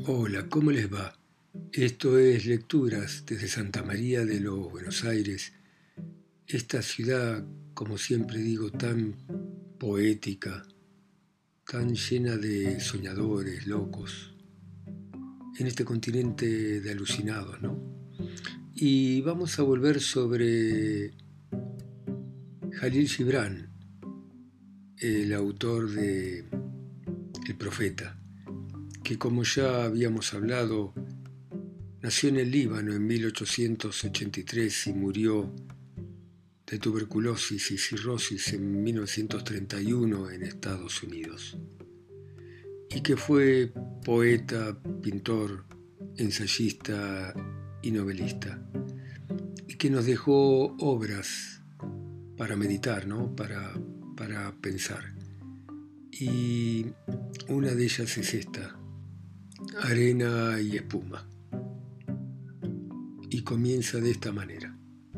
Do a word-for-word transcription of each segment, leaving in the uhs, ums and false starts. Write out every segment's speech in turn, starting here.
Hola, ¿cómo les va? Esto es Lecturas desde Santa María de los Buenos Aires, esta ciudad, como siempre digo, tan poética, tan llena de soñadores, locos, en este continente de alucinados, ¿no? Y vamos a volver sobre Jalil Gibran, el autor de El Profeta, que como ya habíamos hablado, nació en el Líbano en mil ochocientos ochenta y tres y murió de tuberculosis y cirrosis en mil novecientos treinta y uno en Estados Unidos, y que fue poeta, pintor, ensayista y novelista, y que nos dejó obras para meditar, ¿no? para, para pensar. Y una de ellas es esta, Arena y espuma. Y comienza de esta manera.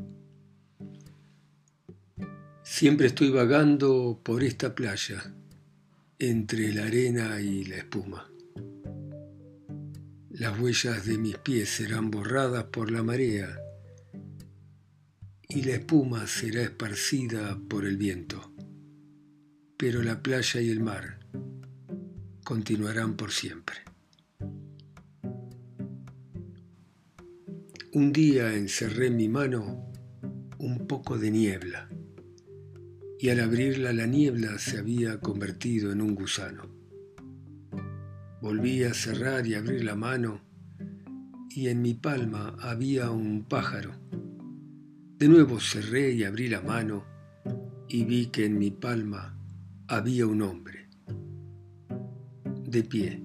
Siempre estoy vagando por esta playa, entre la arena y la espuma. Las huellas de mis pies serán borradas por la marea y la espuma será esparcida por el viento, pero la playa y el mar continuarán por siempre. Un día encerré en mi mano un poco de niebla, y al abrirla la niebla se había convertido en un gusano. Volví a cerrar y abrir la mano, y en mi palma había un pájaro. De nuevo cerré y abrí la mano, y vi que en mi palma había un hombre, de pie,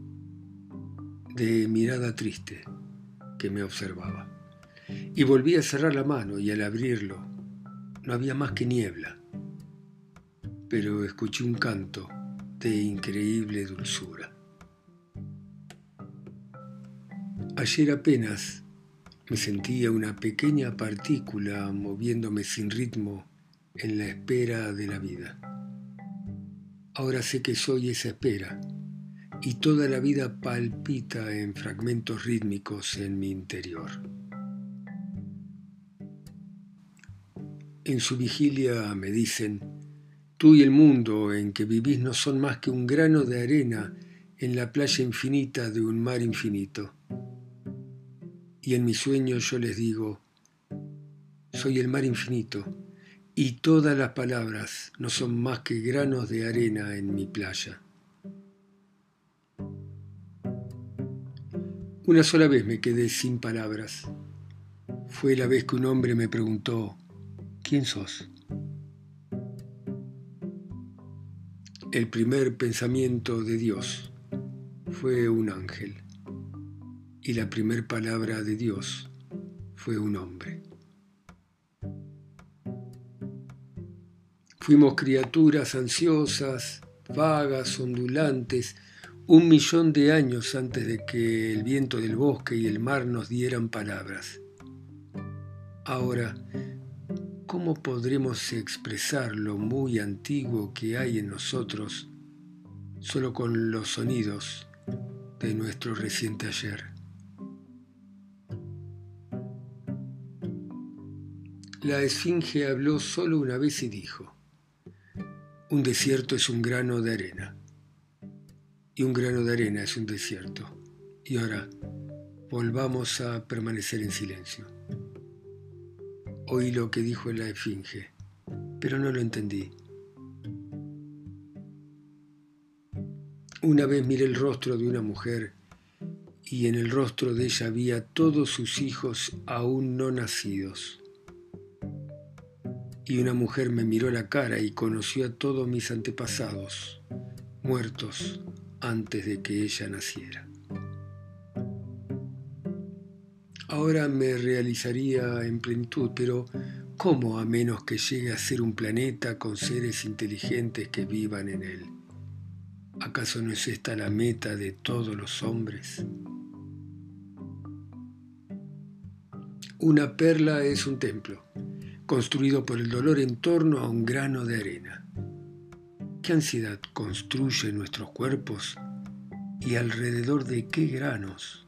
de mirada triste, que me observaba. Y volví a cerrar la mano, y al abrirlo no había más que niebla, pero escuché un canto de increíble dulzura. Ayer apenas me sentía una pequeña partícula moviéndome sin ritmo en la espera de la vida. Ahora sé que soy esa espera, y toda la vida palpita en fragmentos rítmicos en mi interior. En su vigilia me dicen: tú y el mundo en que vivís no son más que un grano de arena en la playa infinita de un mar infinito. Y en mi sueño yo les digo: soy el mar infinito, y todas las palabras no son más que granos de arena en mi playa. Una sola vez me quedé sin palabras. Fue la vez que un hombre me preguntó: ¿quién sos? El primer pensamiento de Dios fue un ángel, y la primer palabra de Dios fue un hombre. Fuimos criaturas ansiosas, vagas, ondulantes, un millón de años antes de que el viento del bosque y el mar nos dieran palabras. Ahora, ¿cómo podremos expresar lo muy antiguo que hay en nosotros solo con los sonidos de nuestro reciente ayer? La esfinge habló solo una vez y dijo: un desierto es un grano de arena, y un grano de arena es un desierto. Y ahora, volvamos a permanecer en silencio. Oí lo que dijo la esfinge, pero no lo entendí. Una vez miré el rostro de una mujer, y en el rostro de ella había todos sus hijos aún no nacidos. Y una mujer me miró la cara y conoció a todos mis antepasados, muertos antes de que ella naciera. Ahora me realizaría en plenitud, pero ¿cómo a menos que llegue a ser un planeta con seres inteligentes que vivan en él? ¿Acaso no es esta la meta de todos los hombres? Una perla es un templo, construido por el dolor en torno a un grano de arena. ¿Qué ansiedad construye nuestros cuerpos ¿Y alrededor de qué granos?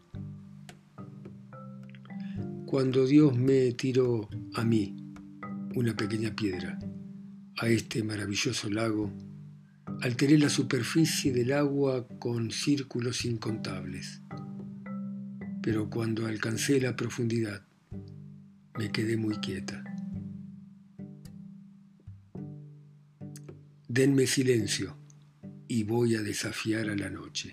Cuando Dios me tiró a mí una pequeña piedra a este maravilloso lago, alteré la superficie del agua con círculos incontables. Pero cuando alcancé la profundidad, me quedé muy quieta. Denme silencio y voy a desafiar a la noche.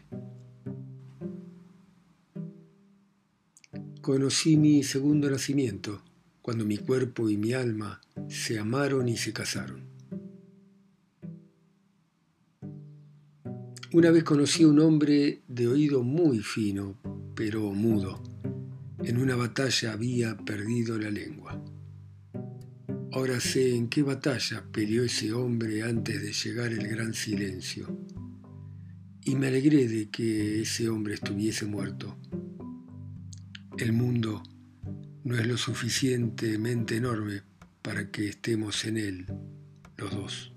Conocí mi segundo nacimiento cuando mi cuerpo y mi alma se amaron y se casaron. Una vez conocí a un hombre de oído muy fino, pero mudo. En una batalla había perdido la lengua. Ahora sé en qué batalla peleó ese hombre antes de llegar el gran silencio. Y me alegré de que ese hombre estuviese muerto. El mundo no es lo suficientemente enorme para que estemos en él, los dos.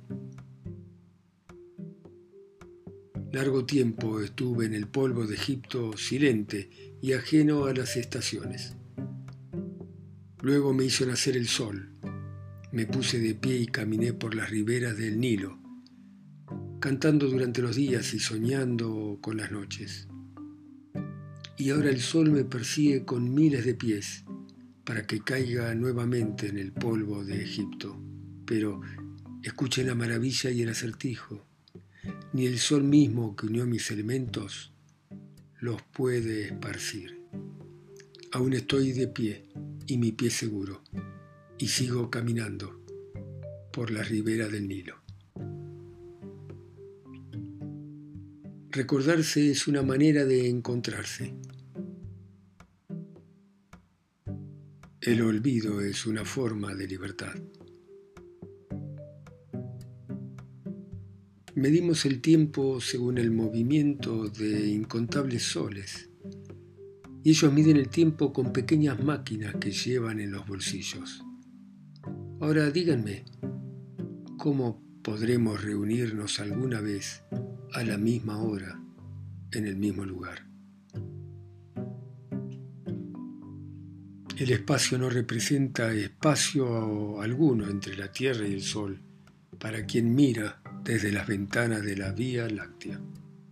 Largo tiempo estuve en el polvo de Egipto silente y ajeno a las estaciones. Luego me hizo nacer el sol. Me puse de pie y caminé por las riberas del Nilo, cantando durante los días y soñando con las noches. Y ahora el sol me persigue con miles de pies para que caiga nuevamente en el polvo de Egipto. Pero escuchen la maravilla y el acertijo. Ni el sol mismo que unió mis elementos los puede esparcir. Aún estoy de pie y mi pie seguro, y sigo caminando por la ribera del Nilo. Recordarse es una manera de encontrarse. El olvido es una forma de libertad. Medimos el tiempo según el movimiento de incontables soles, y ellos miden el tiempo con pequeñas máquinas que llevan en los bolsillos. Ahora díganme, ¿cómo podremos reunirnos alguna vez a la misma hora, en el mismo lugar? El espacio no representa espacio alguno entre la Tierra y el Sol para quien mira desde las ventanas de la Vía Láctea.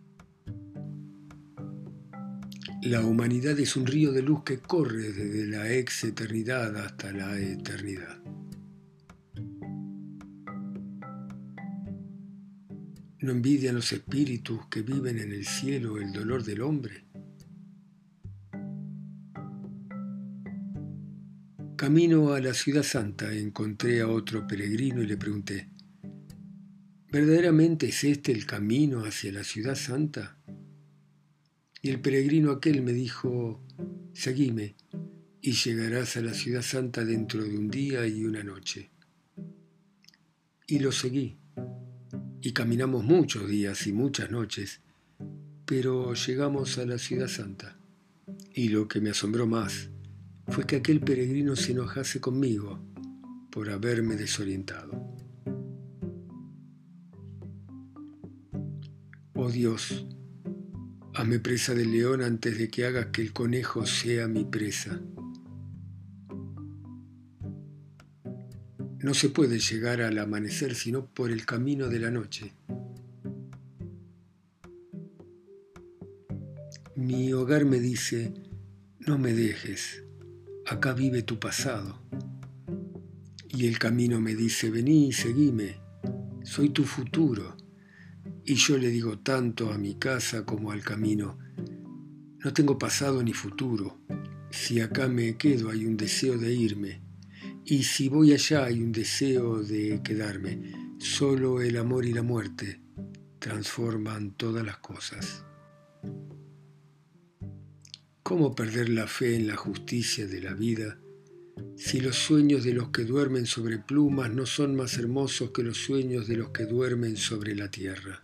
La humanidad es un río de luz que corre desde la ex eternidad hasta la eternidad. ¿No envidian los espíritus que viven en el cielo el dolor del hombre? Camino a la ciudad santa encontré a otro peregrino y le pregunté: ¿verdaderamente es este el camino hacia la ciudad santa? Y el peregrino aquel me dijo: seguime y llegarás a la ciudad santa dentro de un día y una noche. Y lo seguí, y caminamos muchos días y muchas noches, pero llegamos a la ciudad santa. Y lo que me asombró más fue que aquel peregrino se enojase conmigo por haberme desorientado. Oh Dios, hazme presa del león antes de que hagas que el conejo sea mi presa. No se puede llegar al amanecer sino por el camino de la noche. Mi hogar me dice: no me dejes, acá vive tu pasado. Y el camino me dice: vení, seguime, soy tu futuro. Y yo le digo tanto a mi casa como al camino: no tengo pasado ni futuro. Si acá me quedo hay un deseo de irme, y si voy allá hay un deseo de quedarme. Solo el amor y la muerte transforman todas las cosas. ¿Cómo perder la fe en la justicia de la vida si los sueños de los que duermen sobre plumas no son más hermosos que los sueños de los que duermen sobre la tierra?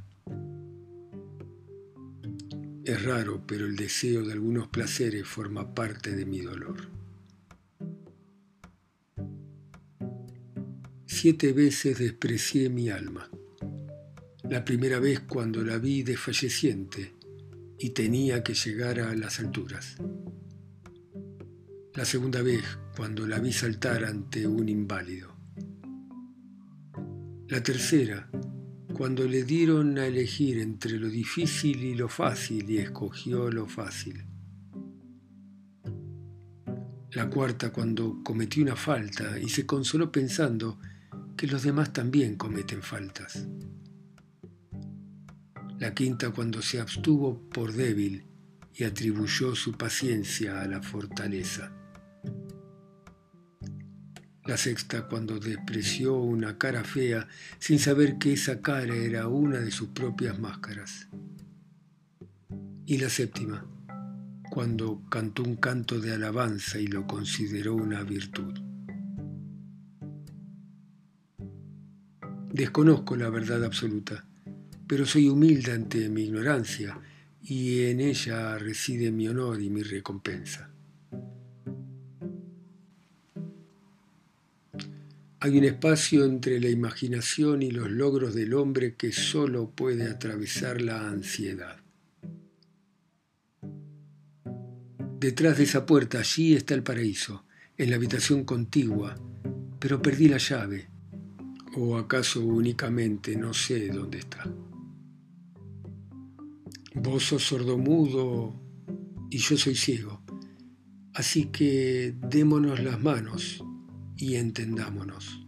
Es raro, pero el deseo de algunos placeres forma parte de mi dolor. Siete veces desprecié mi alma. La primera vez cuando la vi desfalleciente y tenía que llegar a las alturas. La segunda vez, cuando la vi saltar ante un inválido. La tercera, cuando le dieron a elegir entre lo difícil y lo fácil y escogió lo fácil. La cuarta, cuando cometió una falta y se consoló pensando que los demás también cometen faltas. La quinta, cuando se abstuvo por débil y atribuyó su paciencia a la fortaleza. La sexta, cuando despreció una cara fea sin saber que esa cara era una de sus propias máscaras. Y la séptima, cuando cantó un canto de alabanza y lo consideró una virtud. Desconozco la verdad absoluta, pero soy humilde ante mi ignorancia y en ella reside mi honor y mi recompensa. Hay un espacio entre la imaginación y los logros del hombre que solo puede atravesar la ansiedad. Detrás de esa puerta, allí está el paraíso, en la habitación contigua, pero perdí la llave, o acaso únicamente no sé dónde está. Vos sos sordomudo y yo soy ciego, así que démonos las manos y entendámonos.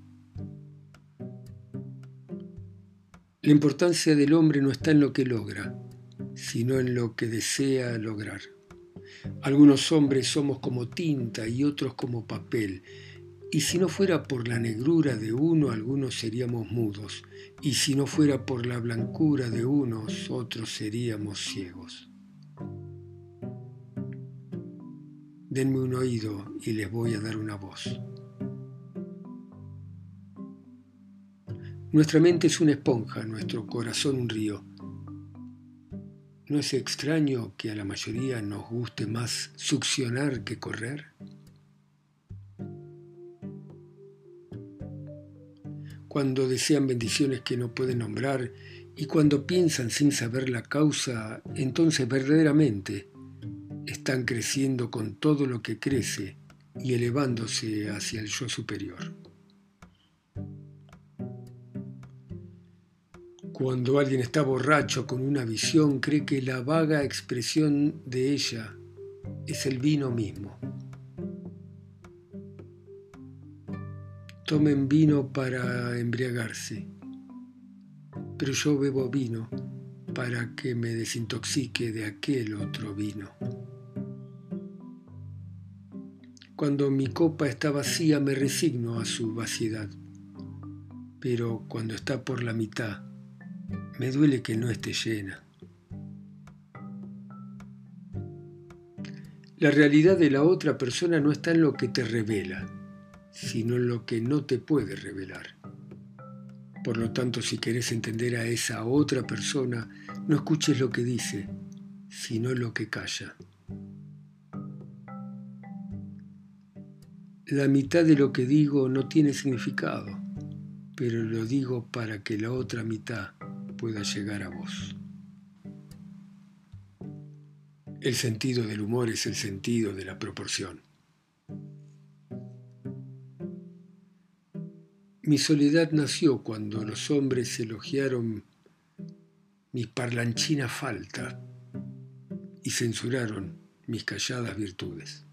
La importancia del hombre no está en lo que logra, sino en lo que desea lograr. Algunos hombres somos como tinta y otros como papel, y si no fuera por la negrura de uno, algunos seríamos mudos, y si no fuera por la blancura de unos, otros seríamos ciegos. Denme un oído y les voy a dar una voz. Nuestra mente es una esponja, nuestro corazón un río. ¿No es extraño que a la mayoría nos guste más succionar que correr? Cuando desean bendiciones que no pueden nombrar y cuando piensan sin saber la causa, entonces verdaderamente están creciendo con todo lo que crece y elevándose hacia el yo superior. Cuando alguien está borracho con una visión, cree que la vaga expresión de ella es el vino mismo. Tomen vino para embriagarse, pero yo bebo vino para que me desintoxique de aquel otro vino. Cuando mi copa está vacía me resigno a su vaciedad, pero cuando está por la mitad me duele que no esté llena. La realidad de la otra persona no está en lo que te revela, sino en lo que no te puede revelar. Por lo tanto, si querés entender a esa otra persona, no escuches lo que dice, sino lo que calla. La mitad de lo que digo no tiene significado, pero lo digo para que la otra mitad pueda llegar a vos. El sentido del humor es el sentido de la proporción. Mi soledad nació cuando los hombres elogiaron mis parlanchinas faltas y censuraron mis calladas virtudes.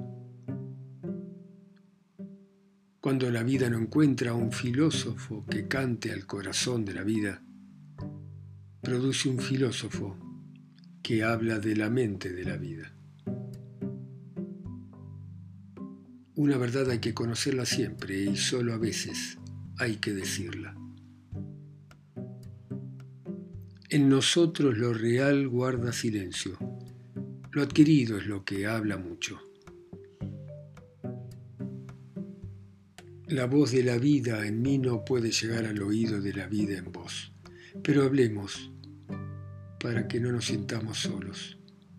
Cuando la vida no encuentra a un filósofo que cante al corazón de la vida, produce un filósofo que habla de la mente de la vida. Una verdad hay que conocerla siempre y solo a veces hay que decirla. En nosotros lo real guarda silencio, lo adquirido es lo que habla mucho. La voz de la vida en mí no puede llegar al oído de la vida en vos, pero hablemos para que no nos sintamos solos.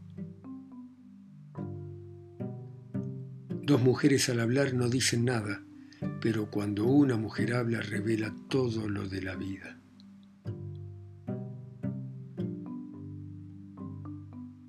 Dos mujeres al hablar no dicen nada, pero cuando una mujer habla revela todo lo de la vida.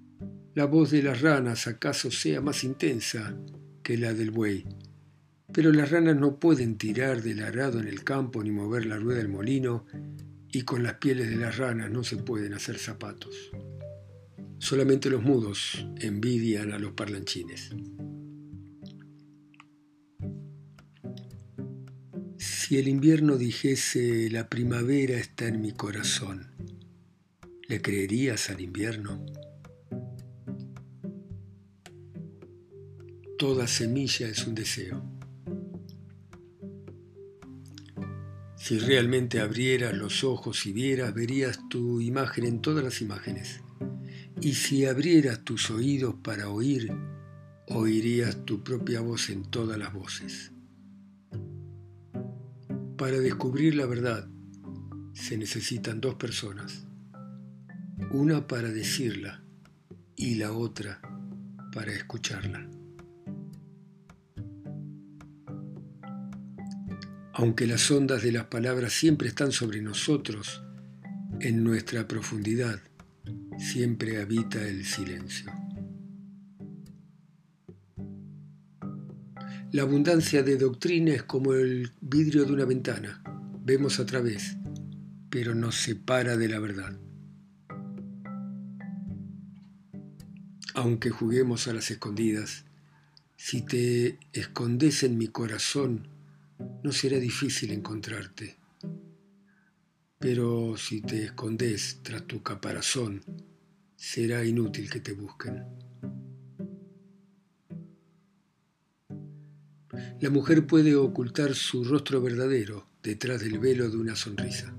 La voz de las ranas acaso sea más intensa que la del buey, pero las ranas no pueden tirar del arado en el campo ni mover la rueda del molino, y con las pieles de las ranas no se pueden hacer zapatos. Solamente los mudos envidian a los parlanchines. Si el invierno dijese la primavera está en mi corazón, ¿le creerías al invierno? Toda semilla es un deseo. Si realmente abrieras los ojos y vieras, verías tu imagen en todas las imágenes. Y si abrieras tus oídos para oír, oirías tu propia voz en todas las voces. Para descubrir la verdad se necesitan dos personas, una para decirla y la otra para escucharla. Aunque las ondas de las palabras siempre están sobre nosotros, en nuestra profundidad siempre habita el silencio. La abundancia de doctrina es como el vidrio de una ventana. Vemos a través, pero nos separa de la verdad. Aunque juguemos a las escondidas, si te escondes en mi corazón, no será difícil encontrarte. Pero si te escondes tras tu caparazón, será inútil que te busquen. La mujer puede ocultar su rostro verdadero detrás del velo de una sonrisa.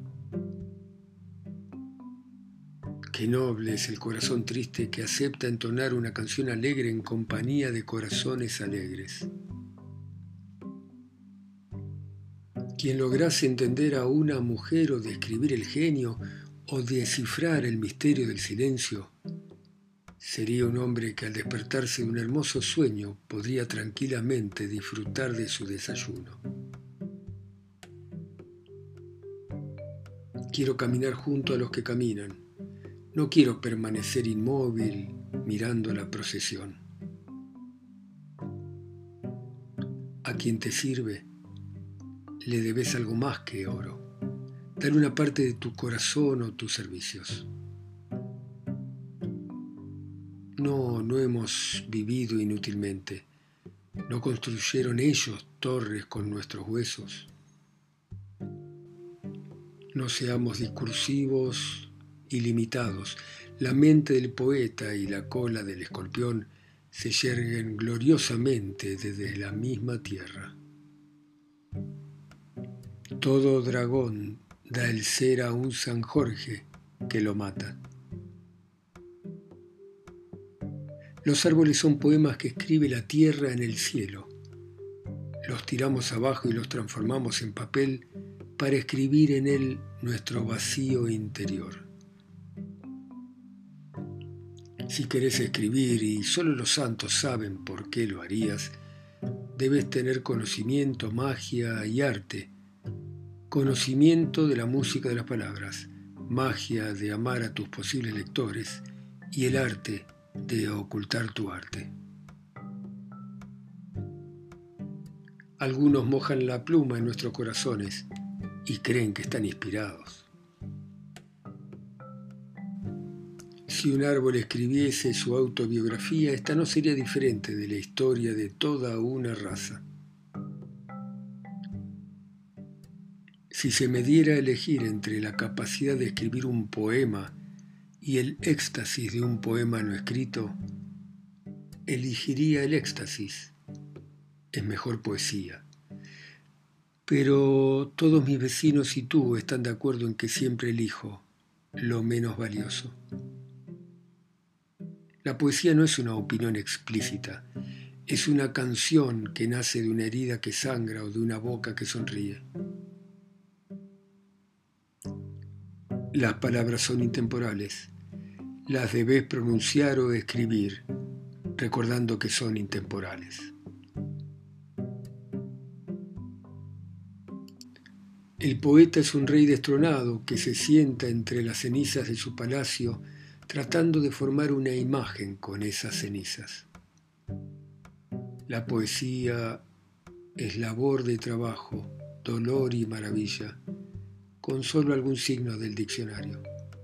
Qué noble es el corazón triste que acepta entonar una canción alegre en compañía de corazones alegres. Quien lograse entender a una mujer o describir el genio o descifrar el misterio del silencio, sería un hombre que al despertarse de un hermoso sueño podría tranquilamente disfrutar de su desayuno. Quiero caminar junto a los que caminan. No quiero permanecer inmóvil mirando la procesión. A quien te sirve, le debes algo más que oro. Dale una parte de tu corazón o tus servicios. No, no hemos vivido inútilmente. No construyeron ellos torres con nuestros huesos. No seamos discursivos y limitados. La mente del poeta y la cola del escorpión se yerguen gloriosamente desde la misma tierra. Todo dragón da el ser a un San Jorge que lo mata. Los árboles son poemas que escribe la tierra en el cielo. Los tiramos abajo y los transformamos en papel para escribir en él nuestro vacío interior. Si querés escribir, y solo los santos saben por qué lo harías, debes tener conocimiento, magia y arte. Conocimiento de la música de las palabras, magia de amar a tus posibles lectores y el arte de ocultar tu arte. Algunos mojan la pluma en nuestros corazones y creen que están inspirados. Si un árbol escribiese su autobiografía, esta no sería diferente de la historia de toda una raza. Si se me diera a elegir entre la capacidad de escribir un poema y el éxtasis de un poema no escrito, elegiría el éxtasis. Es mejor poesía. Pero todos mis vecinos y tú están de acuerdo en que siempre elijo lo menos valioso. La poesía no es una opinión explícita, es una canción que nace de una herida que sangra o de una boca que sonríe. Las palabras son intemporales. Las debes pronunciar o escribir, recordando que son intemporales. El poeta es un rey destronado que se sienta entre las cenizas de su palacio tratando de formar una imagen con esas cenizas. La poesía es labor de trabajo, dolor y maravilla, con solo algún signo del diccionario.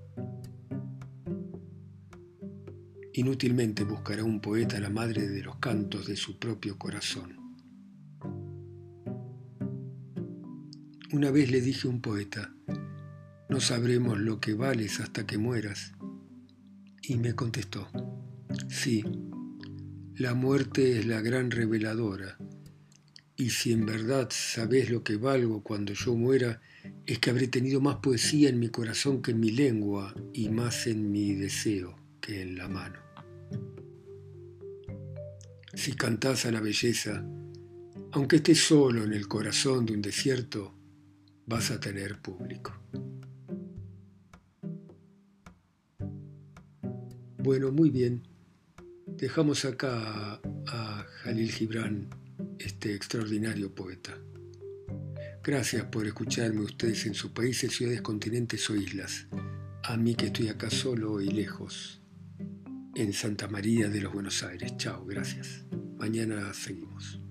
Inútilmente buscará un poeta la madre de los cantos de su propio corazón. Una vez le dije a un poeta, no sabremos lo que vales hasta que mueras. Y me contestó, sí, la muerte es la gran reveladora, y si en verdad sabés lo que valgo cuando yo muera, es que habré tenido más poesía en mi corazón que en mi lengua, y más en mi deseo que en la mano. Si cantás a la belleza, aunque estés solo en el corazón de un desierto, vas a tener público. Bueno, muy bien. Dejamos acá a, a Jalil Gibran, este extraordinario poeta. Gracias por escucharme ustedes en sus países, ciudades, continentes o islas. A mí que estoy acá solo y lejos, en Santa María de los Buenos Aires. Chao, gracias. Mañana seguimos.